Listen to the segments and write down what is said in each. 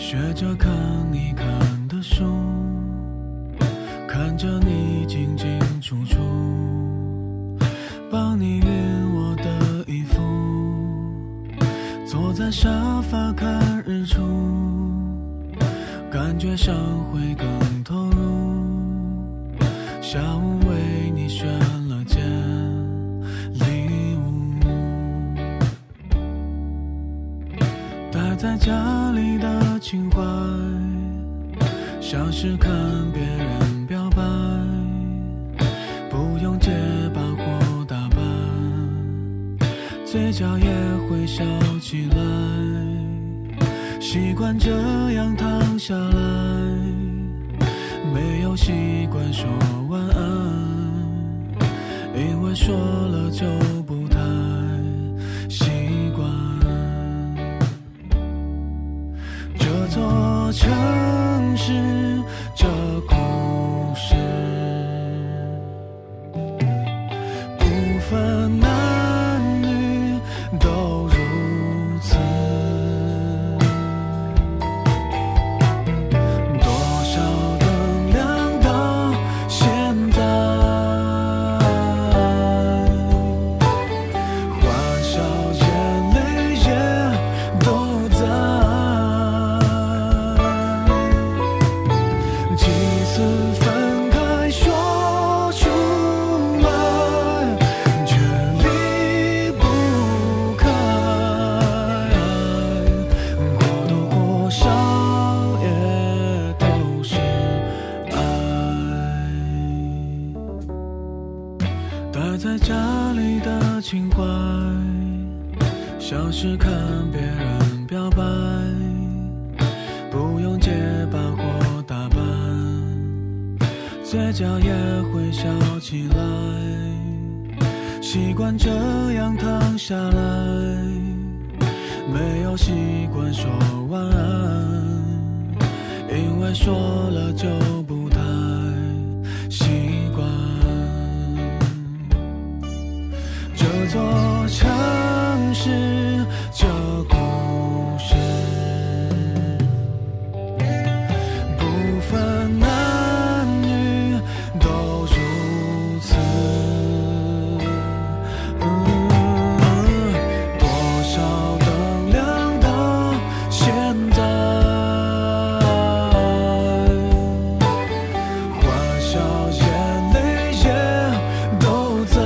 学着看你看的书，看着你进进出出，帮你熨我的衣服，坐在沙发看日出，感觉上会更投入。下午为你选了件礼物，待在家里的情怀，像是看别人表白，不用结巴或打扮，嘴角也会笑起来，习惯这样躺下来，没有习惯说晚安，因为说了就不太习惯。这座城市，这故事，不分男女都如此。多少灯亮到现在，欢笑眼泪也都在，几次分开说出来，却离不开，或多或少也都是爱。待在家里的情怀，像是看别人表白，不用结巴或打扮，嘴角也会笑起来，习惯这样躺下来，没有习惯说晚安，因为说了就不太习惯。这座城市，这故事，不分男女都如此。多少灯亮到现在，欢笑眼泪也都在，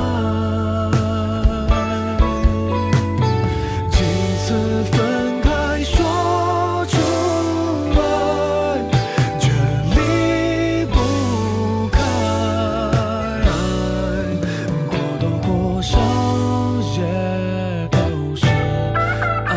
几次分开说出来，却离不开，或多或少也都是爱。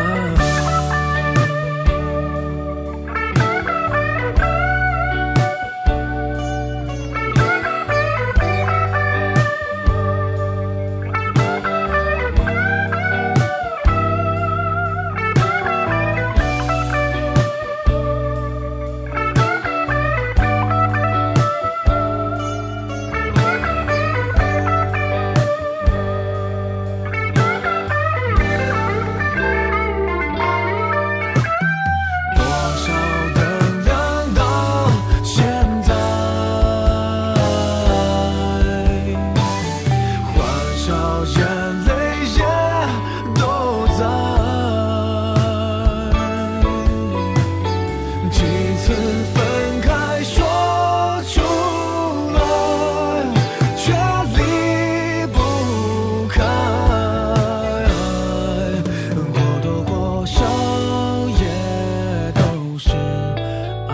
多少灯亮到现在，欢笑眼泪也都在，几次分开说出来，却离不开，或多或少也都是爱。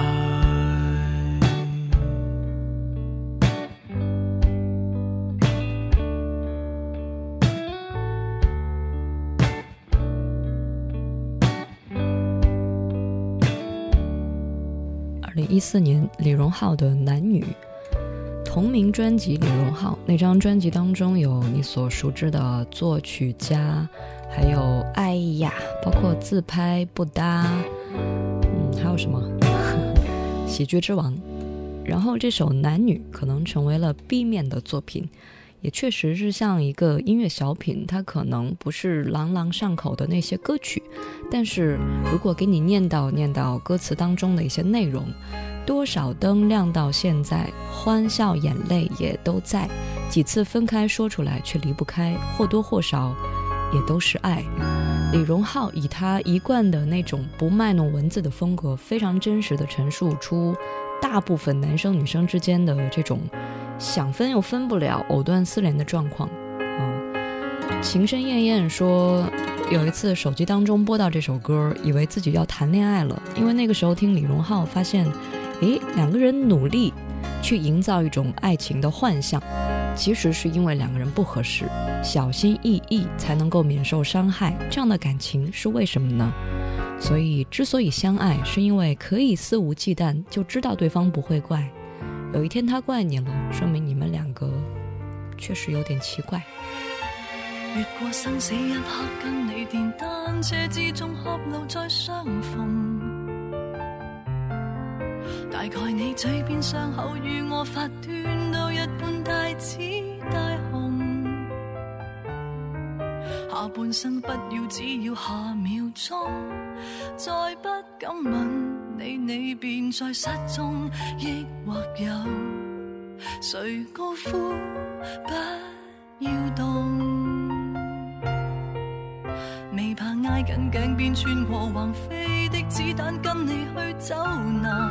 2014年李荣浩的《男女》同名专辑，李荣浩那张专辑当中有你所熟知的作曲家，还有哎呀，包括自拍不搭，还有什么喜剧之王。然后这首《男女》可能成为了 B 面的作品， 也确实是像一个音乐小品，它可能不是朗朗上口的那些歌曲，但是如果给你念叨歌词当中的一些内容，多少灯亮到现在，欢笑眼泪也都在，几次分开说出来却离不开，或多或少也都是爱。李荣浩以他一贯的那种不卖弄文字的风格，非常真实地陈述出大部分男生女生之间的这种想分又分不了、藕断丝连的状况。情深艳艳说，有一次手机当中播到这首歌，以为自己要谈恋爱了，因为那个时候听李荣浩，发现两个人努力去营造一种爱情的幻象，其实是因为两个人不合适，小心翼翼才能够免受伤害，这样的感情是为什么呢？所以之所以相爱，是因为可以肆无忌惮，就知道对方不会怪，有一天他怪你了，说明你们两个确实有点奇怪。 越過生死一刻，跟你電單車之中狹路再相逢，大概你嘴邊傷口與我發端到一般大紫大紅，下半生不要只要下秒鐘，再不敢吻你，你便在失蹤，抑或有誰高呼不要動，未怕挨緊頸邊穿過橫飛的子彈，跟你去走難，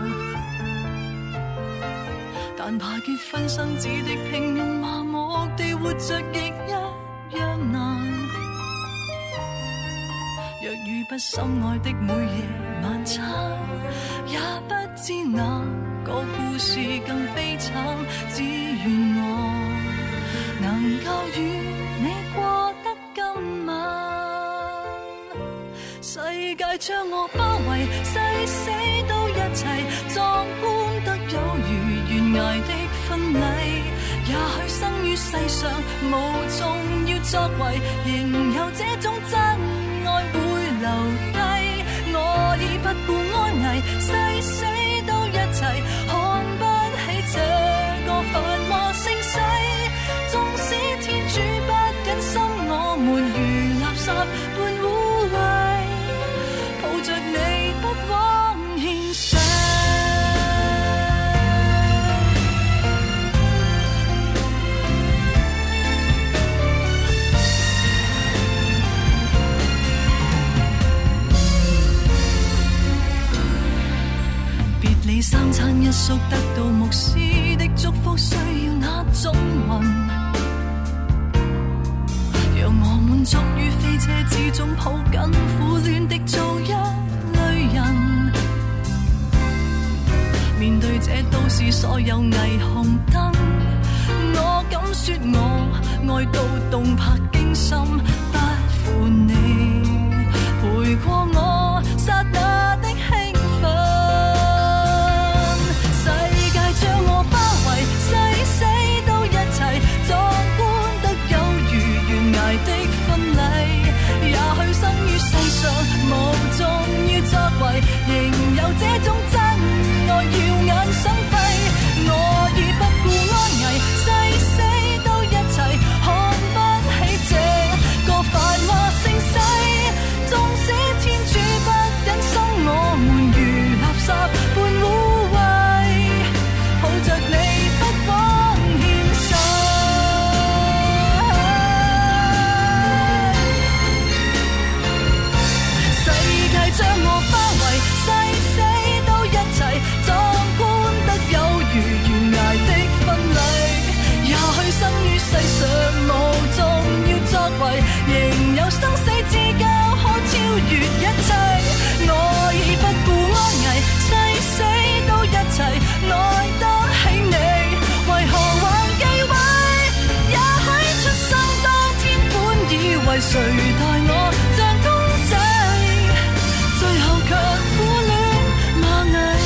但怕結婚生子的平庸麻木地活着亦一樣難，若遇不深愛的每夜晚餐，也不知哪個故事更悲慘，只願我能夠與你過得今晚，世界將我包圍，誓死都一齊，壯觀得有如懸崖的婚禮，也許生於世上無重要作為，仍有這種真愛會留低，我已不顧安危，誓死都一齊，看不起這個繁華盛世，縱使天主不忍心我們如垃圾般污穢，抱着你不枉獻上。別離三餐一宿得到牧師的祝福，需要那種運，讓我滿足於飛車之中抱緊苦戀的做一類人，面對這都市所有霓虹燈，我敢說我愛到動魄驚心，不負你陪過我剎那的興奮，世界將我包圍，誓死都一齊，壯觀得有如懸崖的婚禮，也許生於世上無重要作為，仍有這種真愛耀眼生輝，我已不顧安危，誓死都一齊，看不起這個繁華盛世，縱使天主不忍心我們如垃圾般污穢，抱着你不枉獻上，世界將我包圍，誓死都一齊，壯觀得有如懸崖的婚禮，也許生於世上無重要作為，仍有生死之交可超越一切，我已不顧安危，誓死都一齊，愛得起你，為何還忌諱？也許出生當天本以為誰待我像公仔，最後卻苦戀螞蟻，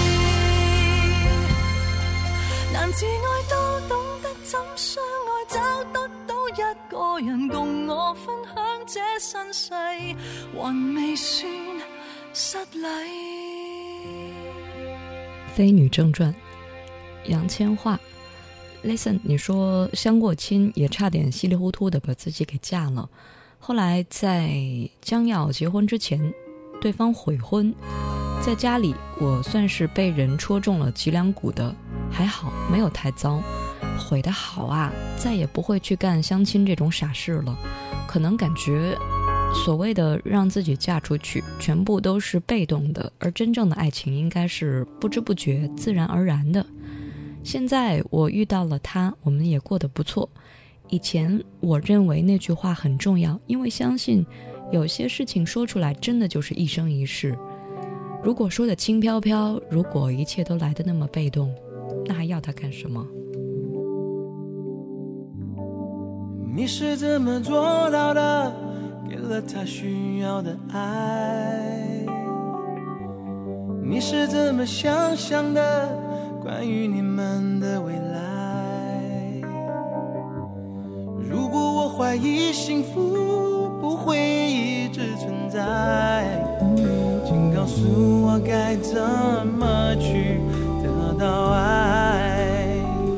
難自愛都懂得怎相愛，找得到一個人共我分享這身世，還未算失禮。 非女正傳，楊千嬅， Listen， 你说相过亲，也差点稀里糊涂的把自己给嫁了，后来在将要结婚之前，对方悔婚，在家里我算是被人戳中了脊梁骨的，还好没有太糟。悔得好啊，再也不会去干相亲这种傻事了。可能感觉所谓的让自己嫁出去全部都是被动的，而真正的爱情应该是不知不觉自然而然的。现在我遇到了他，我们也过得不错。以前我认为那句话很重要，因为相信有些事情说出来真的就是一生一世。如果说的轻飘飘，如果一切都来得那么被动，那还要他干什么？ 你是怎么做到的？给了他需要的爱。你是怎么想象的？关于你们的未来。如果我怀疑幸福不会一直存在，请告诉我该怎么去得到爱。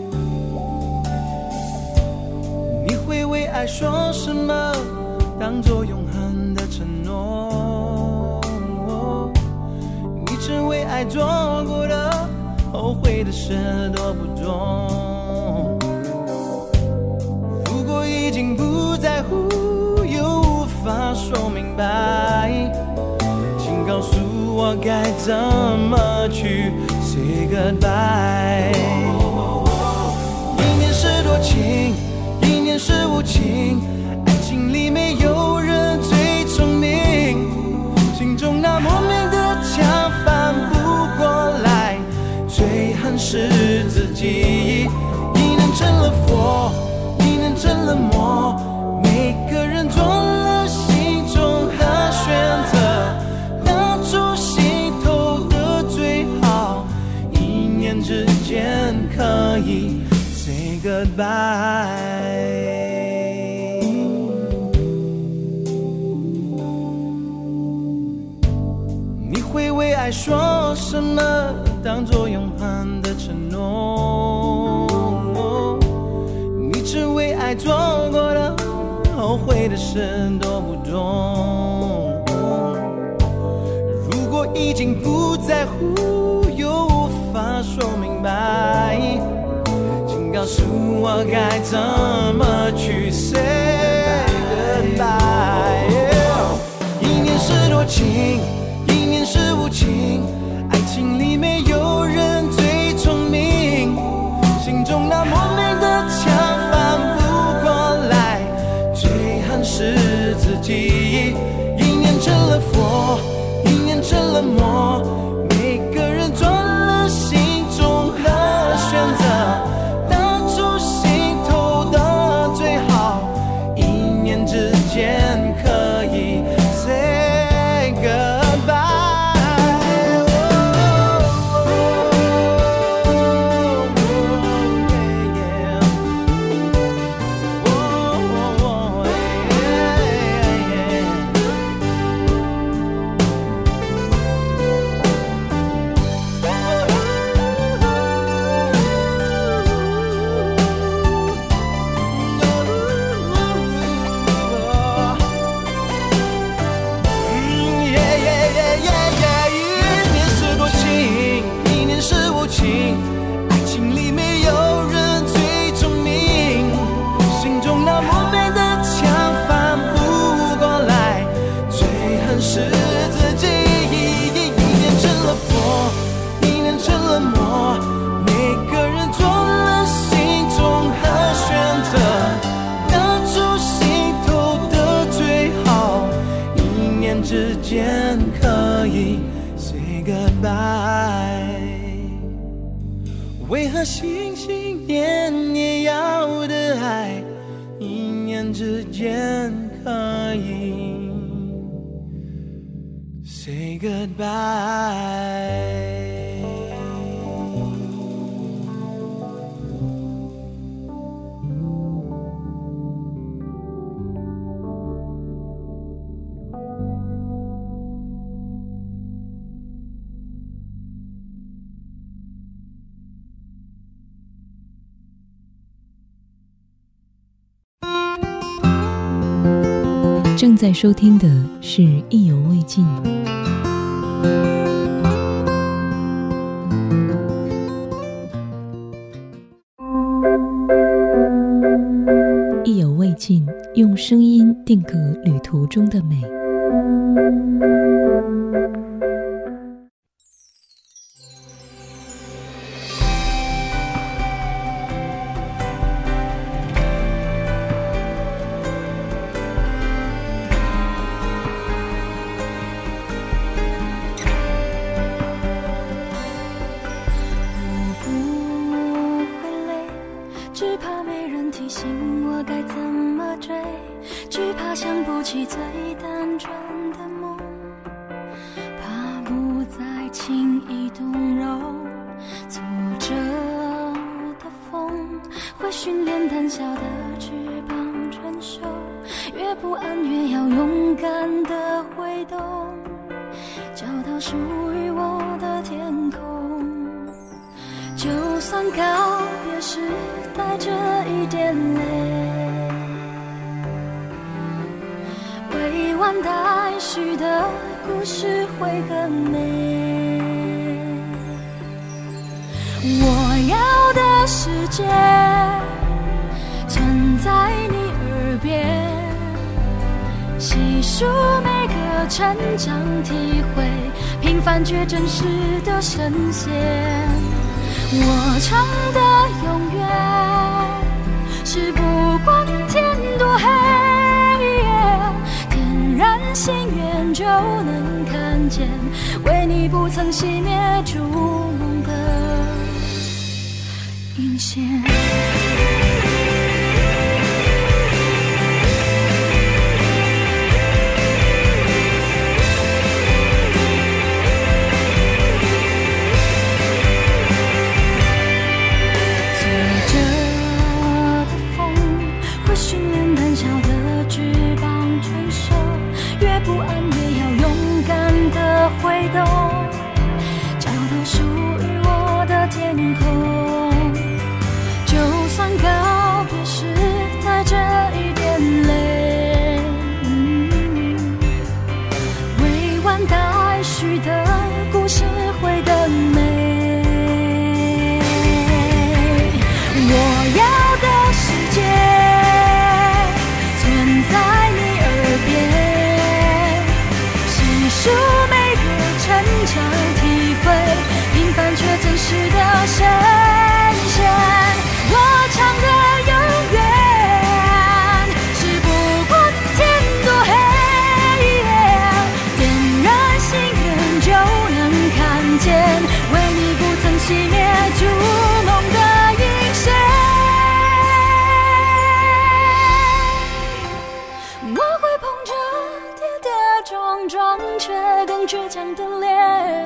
你会为爱说什么？当作永恒的承诺。你只为爱做过的，后悔的事多不多。如果已经不在乎，又无法说明白，请告诉我该怎么去 say goodbye。 一念是多情，一念是无情，爱情里没有人最聪明，心中那莫名的墙翻不过来，最恨是自己。一念成了佛，一念成了魔，每个人做了心中的选择，当初心头的最好，一念之间可以 say goodbye。你会为爱说什么？当作永恒的承诺。你只为爱做过的，后悔的事多不多。如果已经不在乎，又无法说明白，请告诉我该怎么去 say goodbye。 一念是多情，一念是无情，爱情里没有人最聪明，心中那莫名的墙翻不过来，最恨是自己。一念成了佛，一念成了魔，每个人做了心中的选择，当初心头的最好，一念之间可以 say goodbye。爱情里没有人最聪明，心中那莫名的墙翻不过来，最恨是自己。一念成了佛，一念成了魔，每个人做了心中的选择，当初心头的最好，一念之间可以 say goodbye。为何心心念念要的爱，一念之间可以 say goodbye。 正在收听的是意犹未尽。意犹未尽，用声音定格旅途中的美。 成长体会平凡却真实的深陷，我唱的永远是不管天多黑，点燃心愿就能看见，为你不曾熄灭筑梦的引线。挥动，找到属于我的天空。就算告别时带着一点泪，未完待续的故事会更美。我要的世界存在你耳边，细数成长体会平凡却真实的深陷，我唱的永远是不管天多黑，点燃心愿就能看见，为你不曾熄灭筑梦的引线。我会捧着跌跌撞撞却更倔强的脸，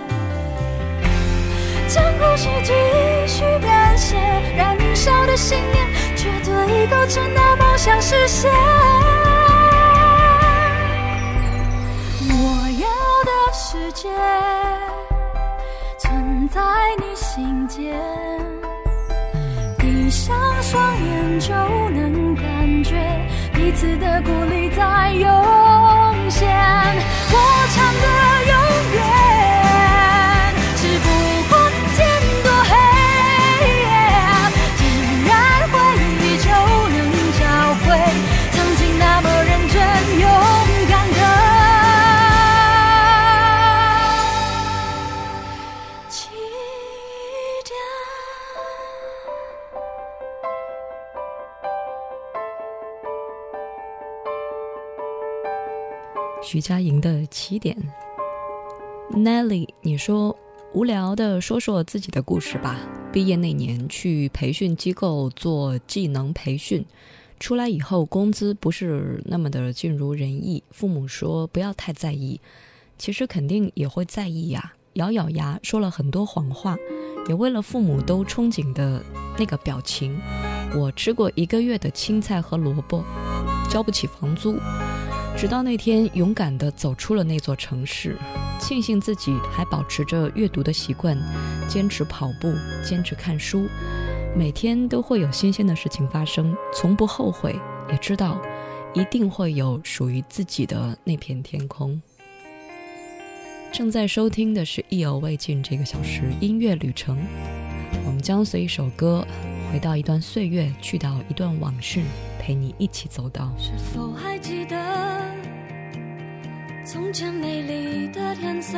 将故事继续编写，燃烧的信念绝对构成那梦想实现。我要的世界存在你心间，闭上双眼就能感觉彼此的鼓励在涌现。我唱的永远是不管天多黑，点燃回忆就能找回曾经那么认真勇敢的起点。 徐佳莹的起点。 Nelly， 你说无聊的说说自己的故事吧。毕业那年去培训机构做技能培训，出来以后工资不是那么的尽如人意，父母说不要太在意，其实肯定也会在意呀，咬咬牙说了很多谎话，也为了父母都憧憬的那个表情，我吃过1个月的青菜和萝卜，交不起房租。直到那天勇敢地走出了那座城市，庆幸自己还保持着阅读的习惯，坚持跑步，坚持看书，每天都会有新鲜的事情发生，从不后悔，也知道一定会有属于自己的那片天空。正在收听的是意犹未尽这个小时音乐旅程，我们将随一首歌回到一段岁月，去到一段往事，陪你一起走到。 是否还记得从前美丽的天色？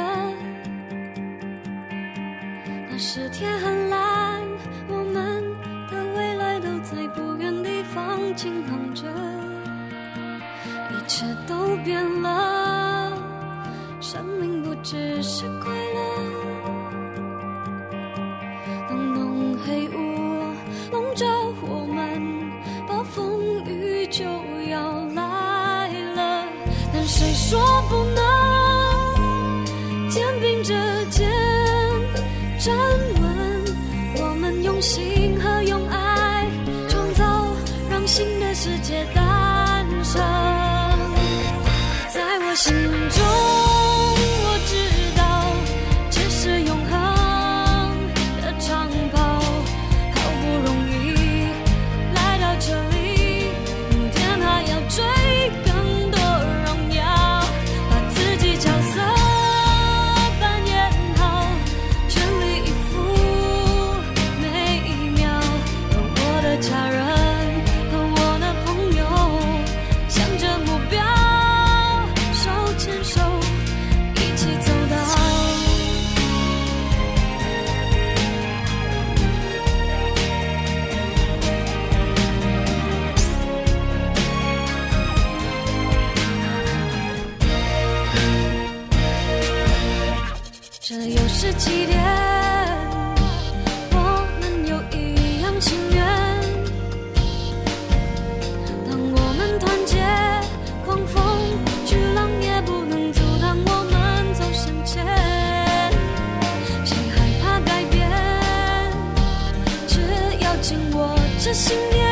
那时天很蓝，我们的未来都在不远地方轻航着，一切都变了，生命不只是快乐。当浓黑雾笼罩我们，暴风雨就要来了，但谁说不能肩并着肩站稳？我们用心和用爱创造，让新的世界诞生。在我心中我知道，这是永恒的长跑，好不容易来到这里，明天还要追更多荣耀，把自己角色扮演好，全力以赴每一秒，和我的家人和我的朋友，向着目标手牵手一起走到。这又是几天，我们又一样情愿。当我们团结，狂风巨浪也不能阻挡我们走向前。谁害怕改变？只要紧握着信念，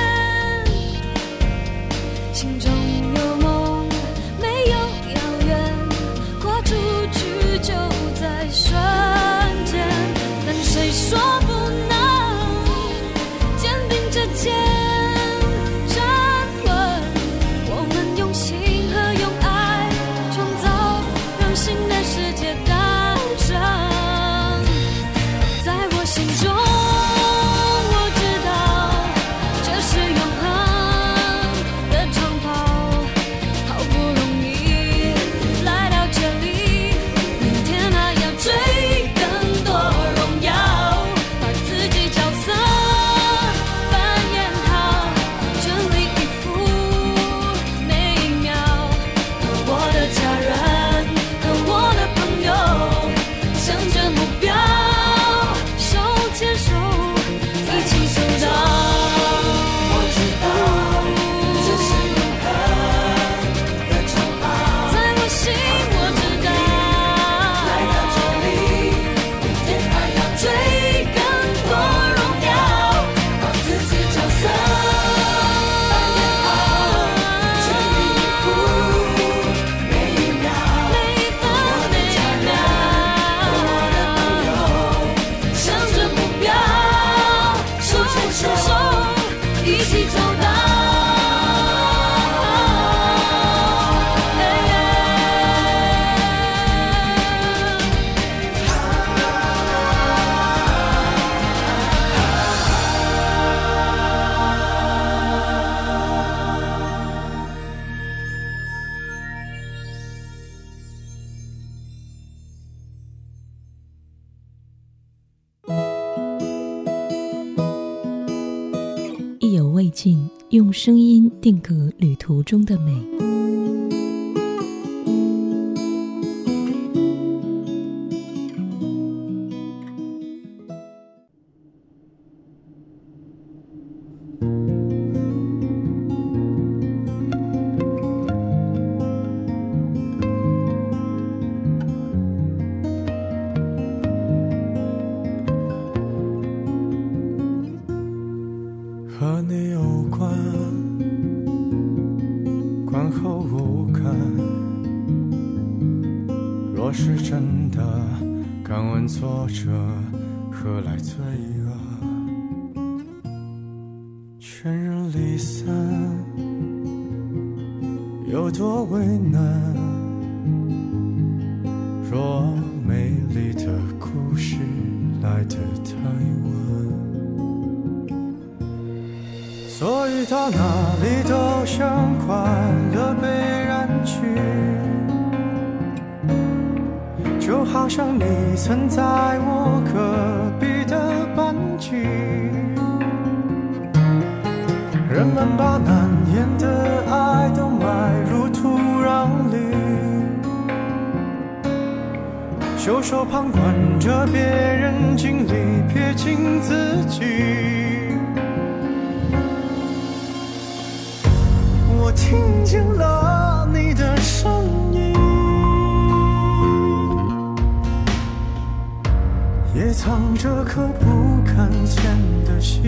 心中有梦，没有遥远，跨出去就在瞬间。但谁说不能肩并着肩站稳？我们用心和用爱创造，让新的世界诞生。在我心中我知道，这是永恒的长跑，好不容易来到这里，明天还要追更多荣耀，把自己角色扮演好，全力以赴每一秒，和我的家人和我的朋友，向着目标手牵手一起走到。我知道这是永恒的长跑，在我心我知道，来到这里，明天还要追更多荣耀，把自己角色扮演好，全力以赴每一秒，每一分每一秒，和我的朋友，向着目标手牵手一起走到。 意犹未尽，用声音定格旅途中的美。 和你有关，观后无感。若是真的，敢问作者何来罪恶？全人离散， 有多为难，若美丽的故事来得太晚，所以到哪里都像快乐被燃去，就好像你曾在我隔壁的班级，人们把难言的爱都埋入土壤里，袖手旁观着别人经历，撇清自己。我听见了你的声音，也藏着颗不敢见的心。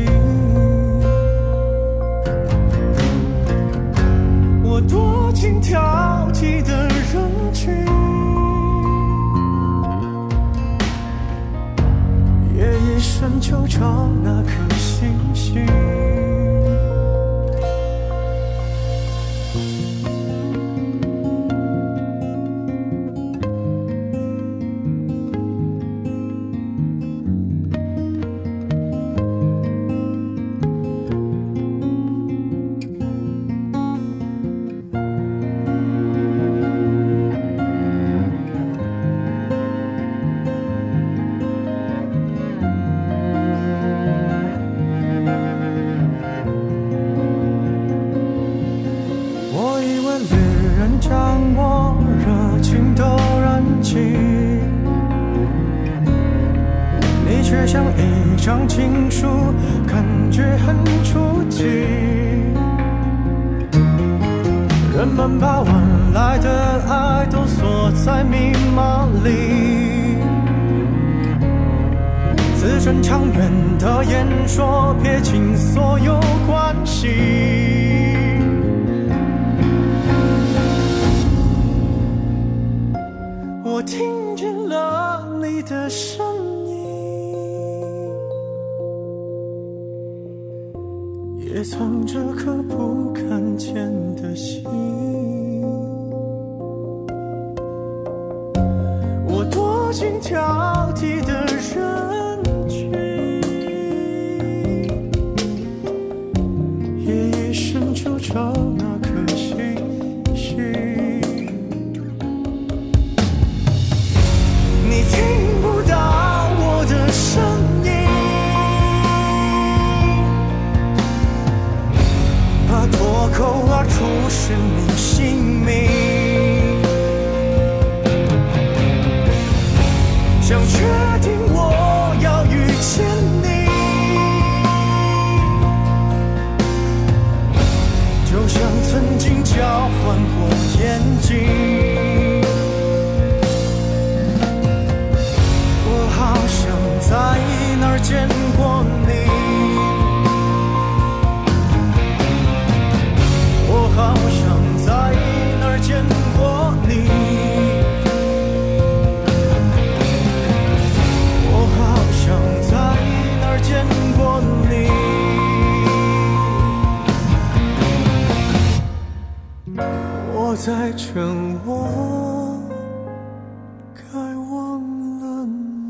我躲进挑剔的人群，夜一深就找那颗星星。将我热情都燃起，你却像一张情书，感觉很初级。人们把晚来的爱都锁在密码里，字正腔圆的演说，撇清所有关系。我听见了你的声音，也藏着颗不敢见的心。我躲进挑剔的人群，夜一深就找那颗星星。你听不到我的声音，怕脱口而出是你姓名，想确定我要遇见你，就像曾经交换过眼睛。好想在哪儿见过你，我好想在哪儿见过你，我好想在哪儿见过你。我在趁我该忘了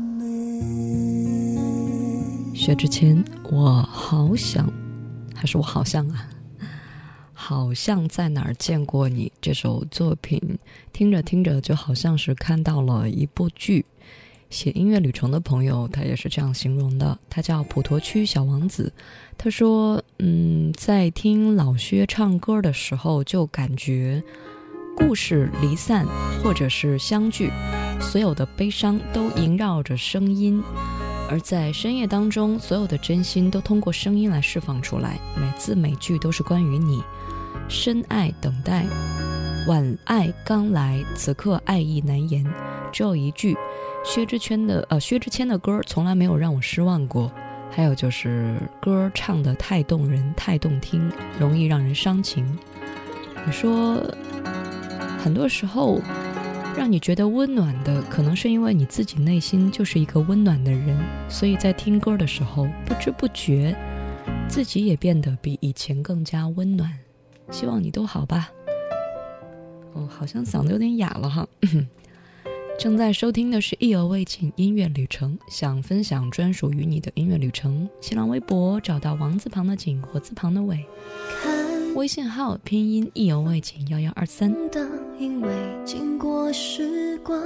薛之谦，我好想，还是我好像啊，好像在哪儿见过你。这首作品听着听着就好像是看到了一部剧。写音乐旅程的朋友他也是这样形容的，他叫普陀区小王子。他说在听老薛唱歌的时候，就感觉故事离散或者是相聚，所有的悲伤都萦绕着声音，而在深夜当中，所有的真心都通过声音来释放出来，每字每句都是关于你。深爱等待，晚爱刚来，此刻爱意难言。只有一句，薛之谦的歌从来没有让我失望过。还有就是歌唱得太动人，太动听，容易让人伤情。你说很多时候让你觉得温暖的，可能是因为你自己内心就是一个温暖的人，所以在听歌的时候不知不觉自己也变得比以前更加温暖。希望你都好吧。 好像嗓子有点哑了哈。正在收听的是意犹未尽音乐旅程，想分享专属于你的音乐旅程，新浪微博找到王字旁的景，火字旁的伟，微信号拼音意犹未尽1123。 因为经过时光，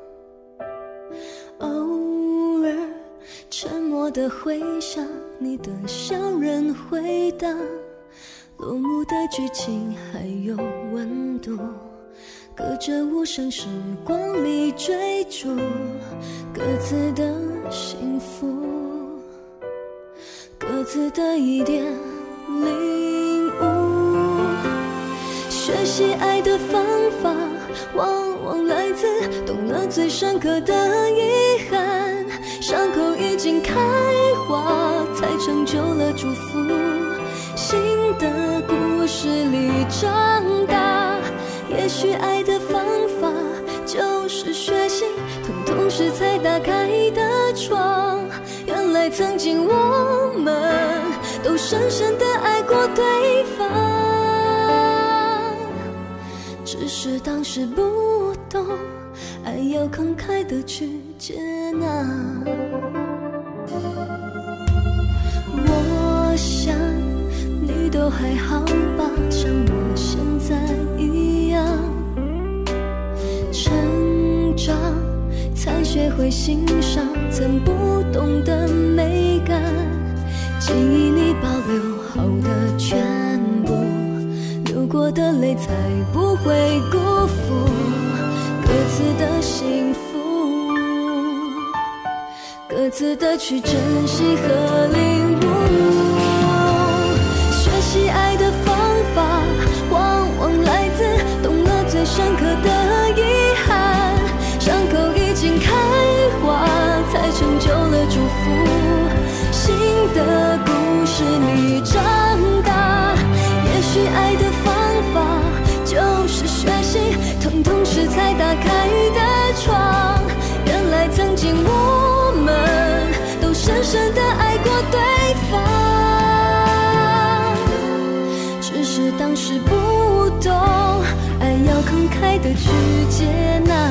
偶尔沉默地回想你的笑人回答，落幕的剧情还有温度，隔着无声时光里追逐各自的幸福，各自的一点领悟。学习爱的方法往往来自懂了最深刻的遗憾，伤口已经开花才成就了祝福，新的故事里长大。也许爱的方法就是学习疼痛时才打开的窗，原来曾经我们都深深地爱过对方，只是当时不懂，爱要慷慨地去接纳。我想你都还好吧，像我现在一样，成长才学会欣赏曾不懂的美感，记忆里保留好的全部，流过的泪才不会辜负各自的幸福，各自的去珍惜和领悟。学习爱的方法往往来自懂了最深刻的遗憾，伤口已经开花才成就了祝福，新的故事里长大。也许爱的方法就是学习疼痛时才打开的窗，原来曾经我们都深深地爱过对方，只是当时不懂，爱要慷慨地去接纳。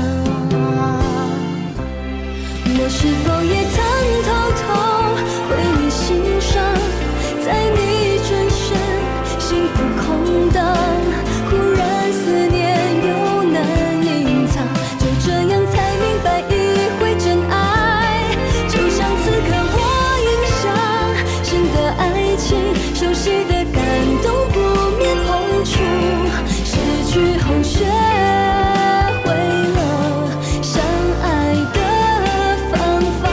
我是否也曾偷偷为你欣赏，在你转身幸福空荡，忽然思念又难隐藏，就这样才明白一回真爱，就像此刻我印象新的爱情，熟悉的感动不免碰触，失去后学会了相爱的方法，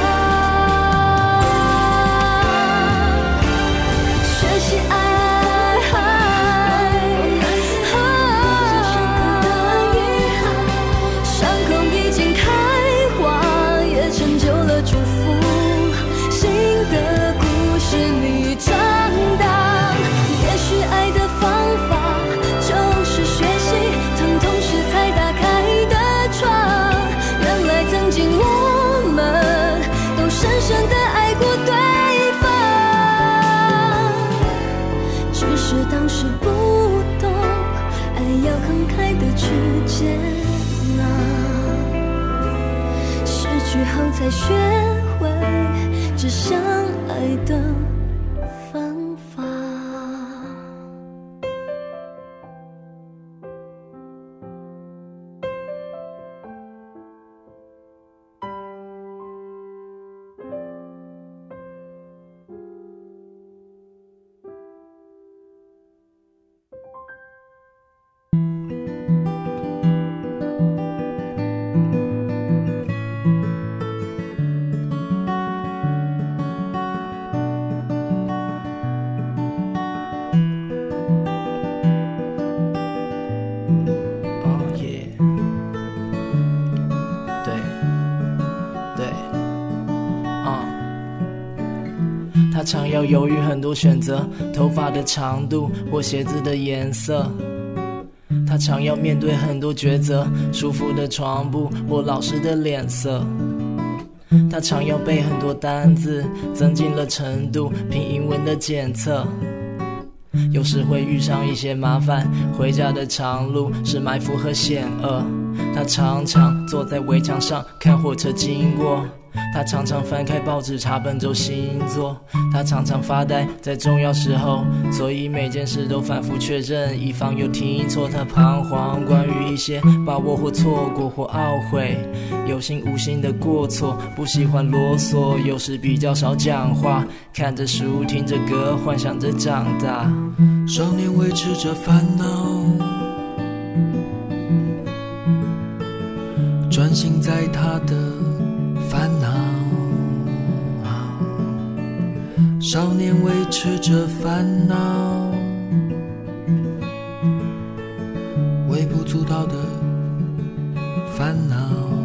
学习爱伤口已经开花也成就了祝福，新的故事里长大。也许爱的方法就是学习疼痛时才打开的窗，原来曾经我们都深深地爱过对方，只是当时不懂，爱要慷慨地去接纳，失去后才学会只相爱的方法。 他常要犹豫很多选择，头发的长度或鞋子的颜色。他常要面对很多抉择，舒服的床铺或老师的脸色。他常要背很多单字，增进了程度，凭英文的检测。 有时会遇上一些麻烦，回家的长路是埋伏和险恶。他常常坐在围墙上看火车经过，他常常翻开报纸查本周星座，他常常发呆在重要时候，所以每件事都反复确认，以防有听错。他彷徨关于一些把握或错过或懊悔，有心无心的过错，不喜欢啰嗦，有时比较少讲话，看着书听着歌，幻想着长大。 少年维持着烦恼，专心在他的烦恼。少年维持着烦恼，微不足道的烦恼。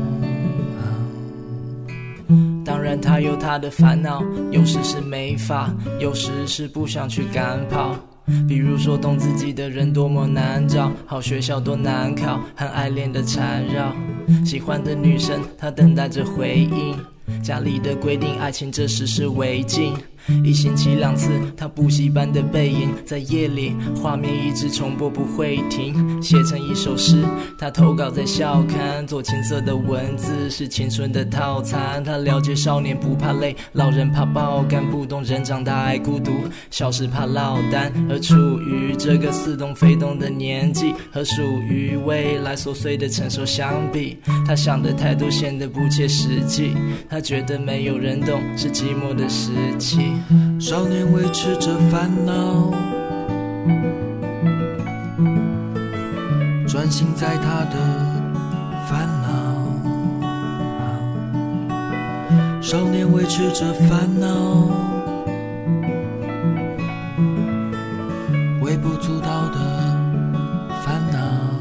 当然他有他的烦恼，有时是没法，有时是不想去赶跑。比如说懂自己的人多么难找，好学校多难考，和爱恋的缠绕，喜欢的女生她等待着回应，家里的规定爱情这时是违禁，一星期2次他补习班的背影，在夜里画面一直重播不会停，写成一首诗，他投稿在校刊，做青涩的文字是青春的套餐。他了解少年不怕累，老人怕爆肝，不懂人长大爱孤独，小时怕落单，而处于这个似懂非懂的年纪，和属于未来琐碎的成熟相比，他想的太多显得不切实际，他觉得没有人懂是寂寞的时期。 少年维持着烦恼，专心在他的烦恼。少年维持着烦恼，微不足道的烦恼。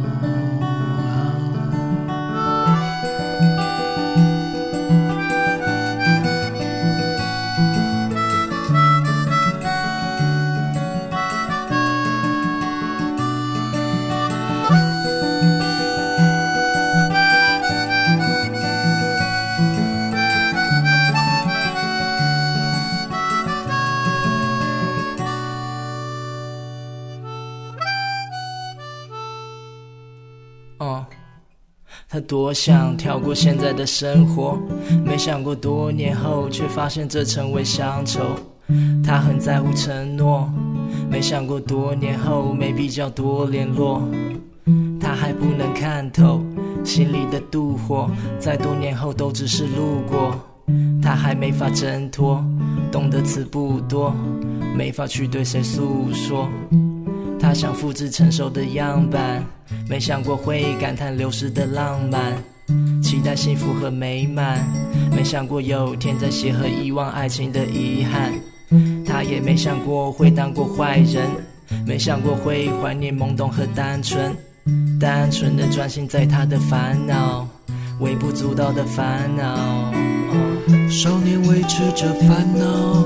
他多想跳过现在的生活，没想过多年后却发现这成为乡愁。他很在乎承诺，没想过多年后没必要多联络。他还不能看透心里的妒火，在多年后都只是路过。他还没法挣脱，懂得词不多，没法去对谁诉说。他想复制成熟的样板，没想过会感叹流逝的浪漫，期待幸福和美满，没想过有天再写和遗忘爱情的遗憾。他也没想过会当过坏人，没想过会怀念懵懂和单纯，单纯的专心在他的烦恼，微不足道的烦恼。 少年维持着烦恼，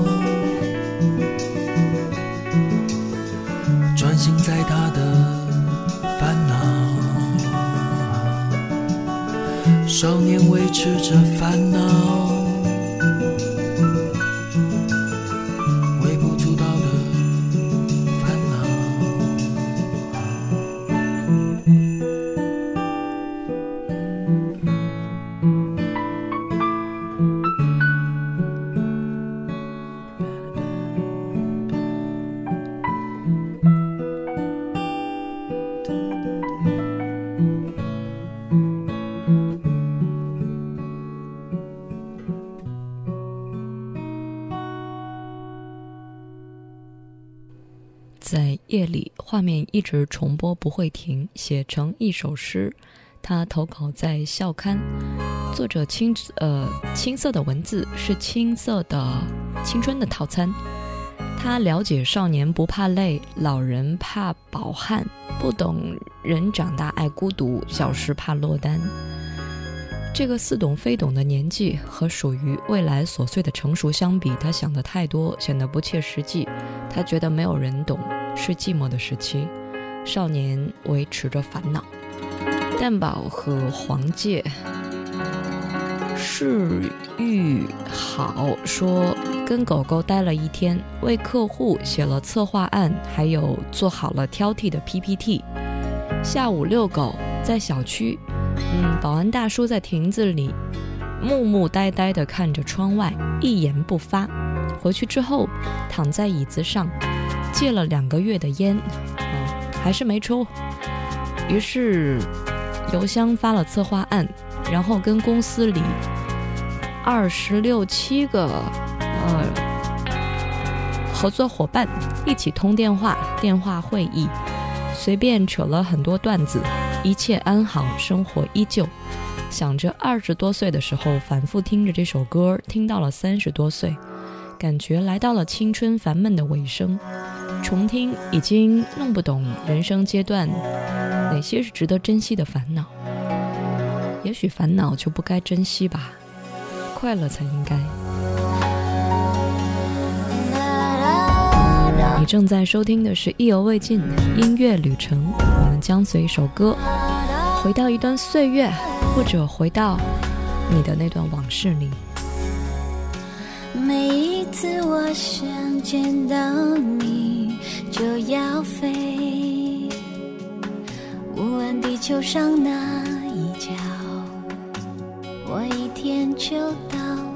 专心在他的烦恼。少年维持着烦恼，微不足道的烦恼。 在夜里，画面一直重播不会停，写成一首诗。他投稿在校刊，作者青涩的文字是青涩的青春的套餐。他了解少年不怕累，老人怕饱汉，不懂人长大爱孤独，小时怕落单。这个似懂非懂的年纪和属于未来琐碎的成熟相比，他想的太多，显得不切实际。他觉得没有人懂，是寂寞的时期。少年维持着烦恼。蛋堡和黄介世玉好说，跟狗狗待了一天，为客户写了策划案，还有做好了挑剔的 PPT。 下午遛狗，在小区，保安大叔在亭子里木木呆呆地看着窗外，一言不发。回去之后躺在椅子上，戒了2个月的烟，还是没抽。于是邮箱发了策划案，然后跟公司里26、7个合作伙伴一起通电话会议，随便扯了很多段子，一切安好，生活依旧。想着20多岁的时候反复听着这首歌，听到了30多岁，感觉来到了青春烦闷的尾声。重听已经弄不懂人生阶段哪些是值得珍惜的烦恼，也许烦恼就不该珍惜吧，快乐才应该。你正在收听的是意犹未尽音乐旅程，我们将随一首歌回到一段岁月，或者回到你的那段往事里。 每一次我想见到你就要飞，无论地球上哪一角，我一天就到。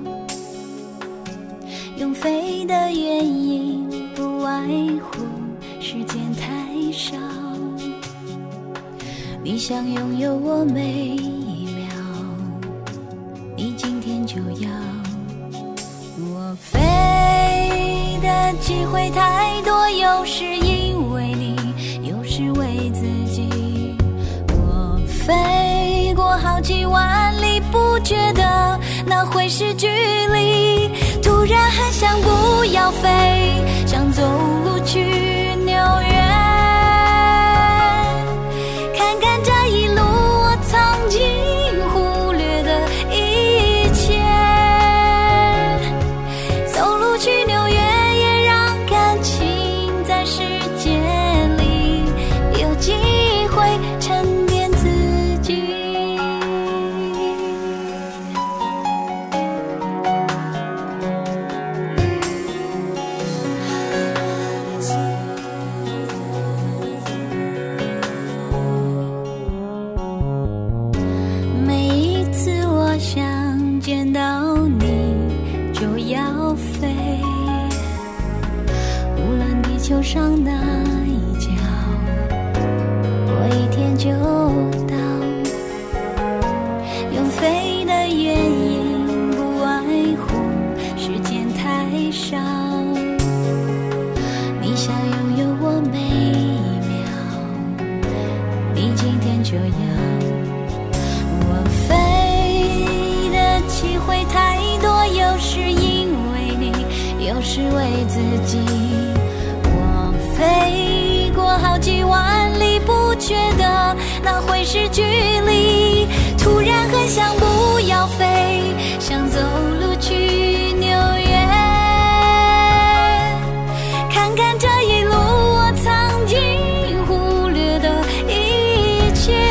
用飞的原因不外乎时间太少，你想拥有我每一秒，你今天就要。我飞的机会太多，有时因为你，有时为自己。我飞过好几万里，不觉得那会是距离，突然很想不要飞，想走路去纽约，看看这一路我曾经忽略的一切。走路去纽约，也让感情在时间里有机会沉淀自己。每一次我想见到你就要飞，无论地球上哪一角，我一天就到。用飞的原因不外乎时间太少，你想拥有我每一秒，你今天就要。我飞的机会太多，有时因为你，有时为自己。我飞过好几万里，不觉得那会是距离，突然很想不要飞，想走路去纽约，看看这一路我曾经忽略的一切。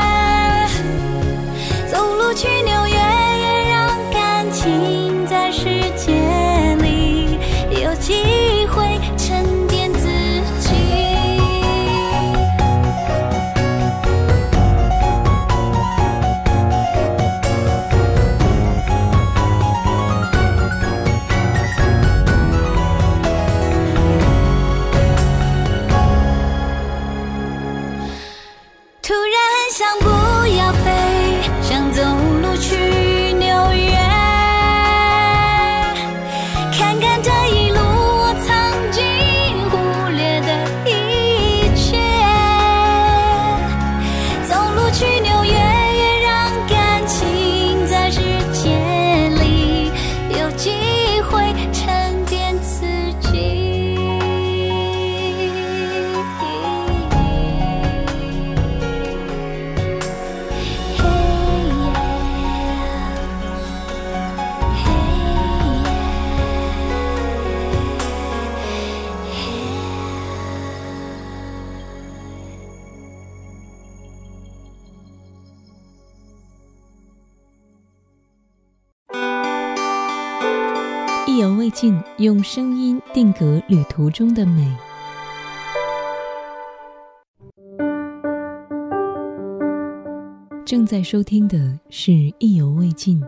走路去纽约，也让感情在时间里有机会沉淀自己。突然很想不要飞，想走路去纽约，看看这一路我曾经忽略的一切。走路去纽约，也让感情在时间里有机会沉淀自己。 犹未尽，用声音定格旅途中的美。正在收听的是意犹未尽。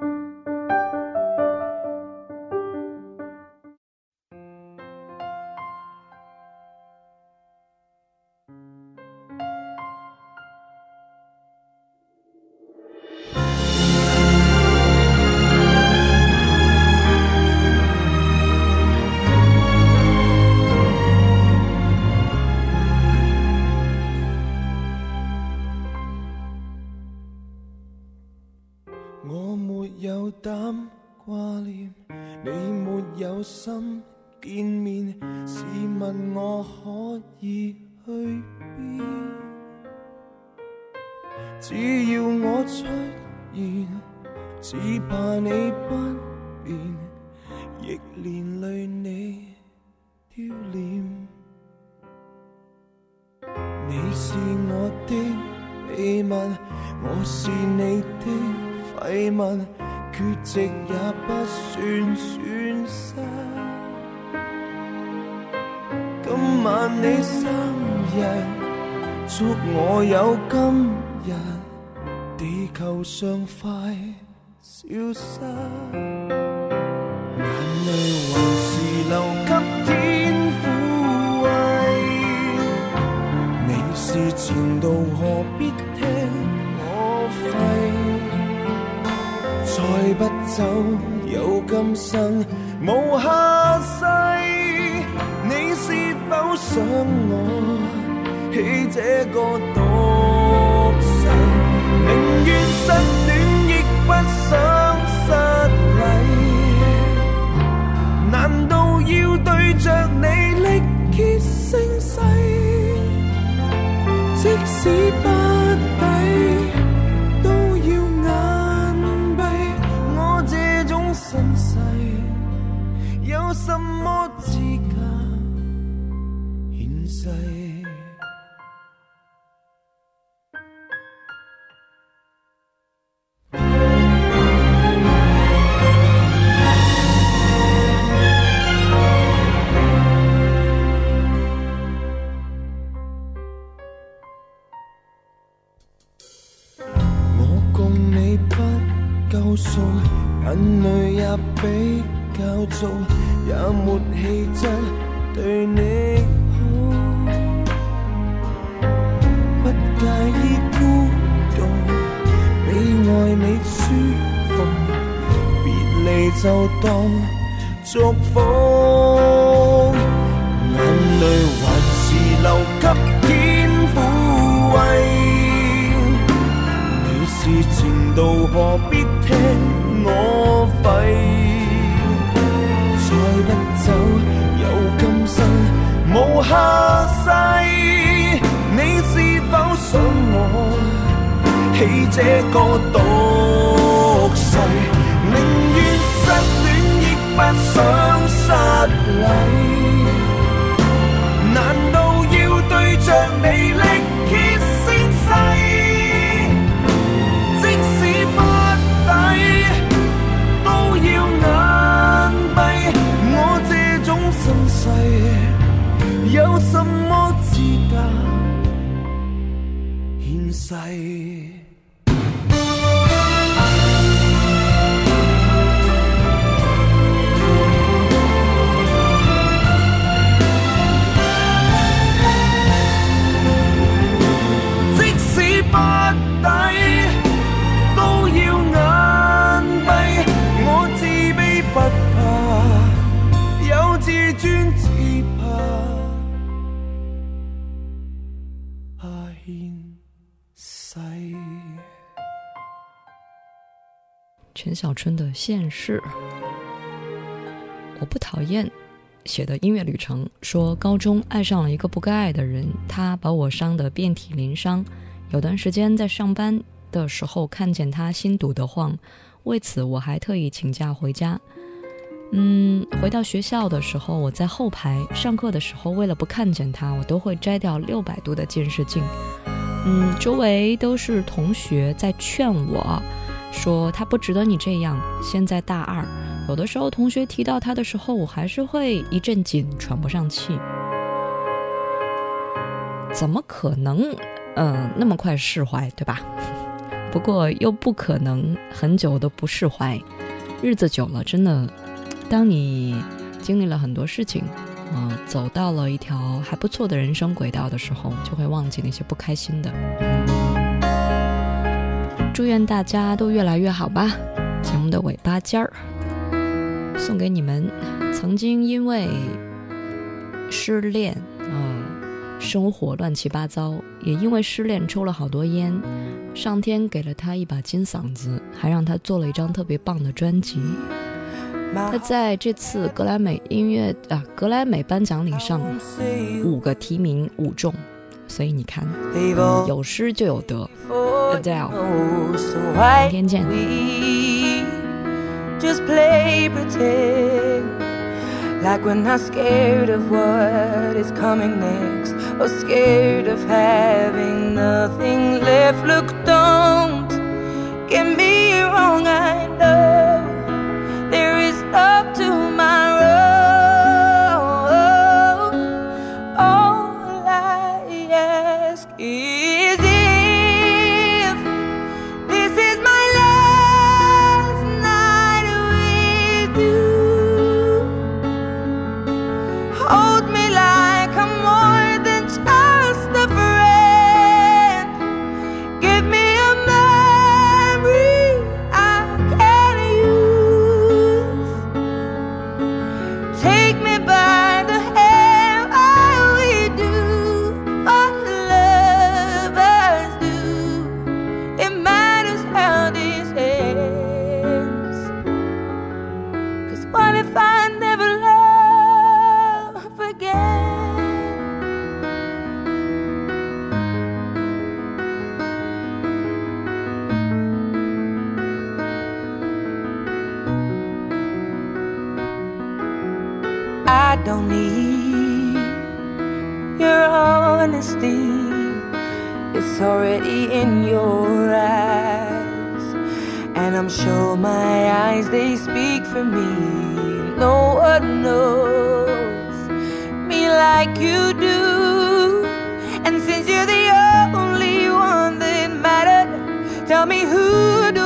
我沒有膽掛念你，沒有心見面，試問我可以去邊？只要我出現，只怕你不變，亦連累你丟臉。你是我的秘密，我是你的廢物，缺席也不算損失。今晚你生日，祝我有今日，地球上快消失。眼淚還是留給天撫慰，你是前度何必聽我吠？再不走，有今生無下世。你是否想我起這個毒誓？寧願失戀亦不想失禮。難道要對着你力竭聲嘶？即使不抵，都要身世，有什麼資格獻世？我共你不夠數，眼淚也比較早，也沒氣質對你好，不介意孤獨，比愛你舒服，別離就當祝福。眼淚還是留給天撫慰，你是前度何必聽我吠？再不走，有今生無下世。你是否想我起這個毒誓？寧願失戀亦不想失禮。難道要對着你力竭聲嘶？即使不抵，都要眼閉。我這種身世，有什麼資格獻世？不抵都要眼閉，我自卑不怕，有自尊只怕獻世。 陈小春的《现世》，我不讨厌写的音乐旅程，说高中爱上了一个不该爱的人，他把我伤得遍体鳞伤。有段时间在上班的时候看见他心堵得慌，为此我还特意请假回家。回到学校的时候，我在后排上课的时候，为了不看见他，我都会摘掉600度的近视镜。周围都是同学在劝我说他不值得你这样，现在大2， 有的时候同学提到他的时候，我还是会一阵紧，喘不上气。怎么可能那么快释怀，对吧？不过又不可能很久都不释怀，日子久了，真的，当你经历了很多事情，走到了一条还不错的人生轨道的时候，就会忘记那些不开心的。祝愿大家都越来越好吧。节目的尾巴尖儿送给你们，曾经因为失恋生活乱七八糟，也因为失恋抽了好多烟，上天给了他一把金嗓子，还让他做了一张特别棒的专辑。他在这次格莱美颁奖礼上5个提名5中，所以你看，有失就有得。Adele， 明天见。 Just play pretend, like we're not scared of what is coming next, or scared of having nothing left. Look, don't get me wrong, I know there is up tomorrow. All I ask is if this is my last night with you, hold me like I'm more than just a friend. Give me a memory I can use. Take me by the hand while we do what lovers do. It matters how this ends. 'Cause what if I never love again? I don't need your honesty, it's already in your eyes, and I'm sure my eyes, they speak for me. No one knows me like you do, and since you're the only one that mattered, tell me, who do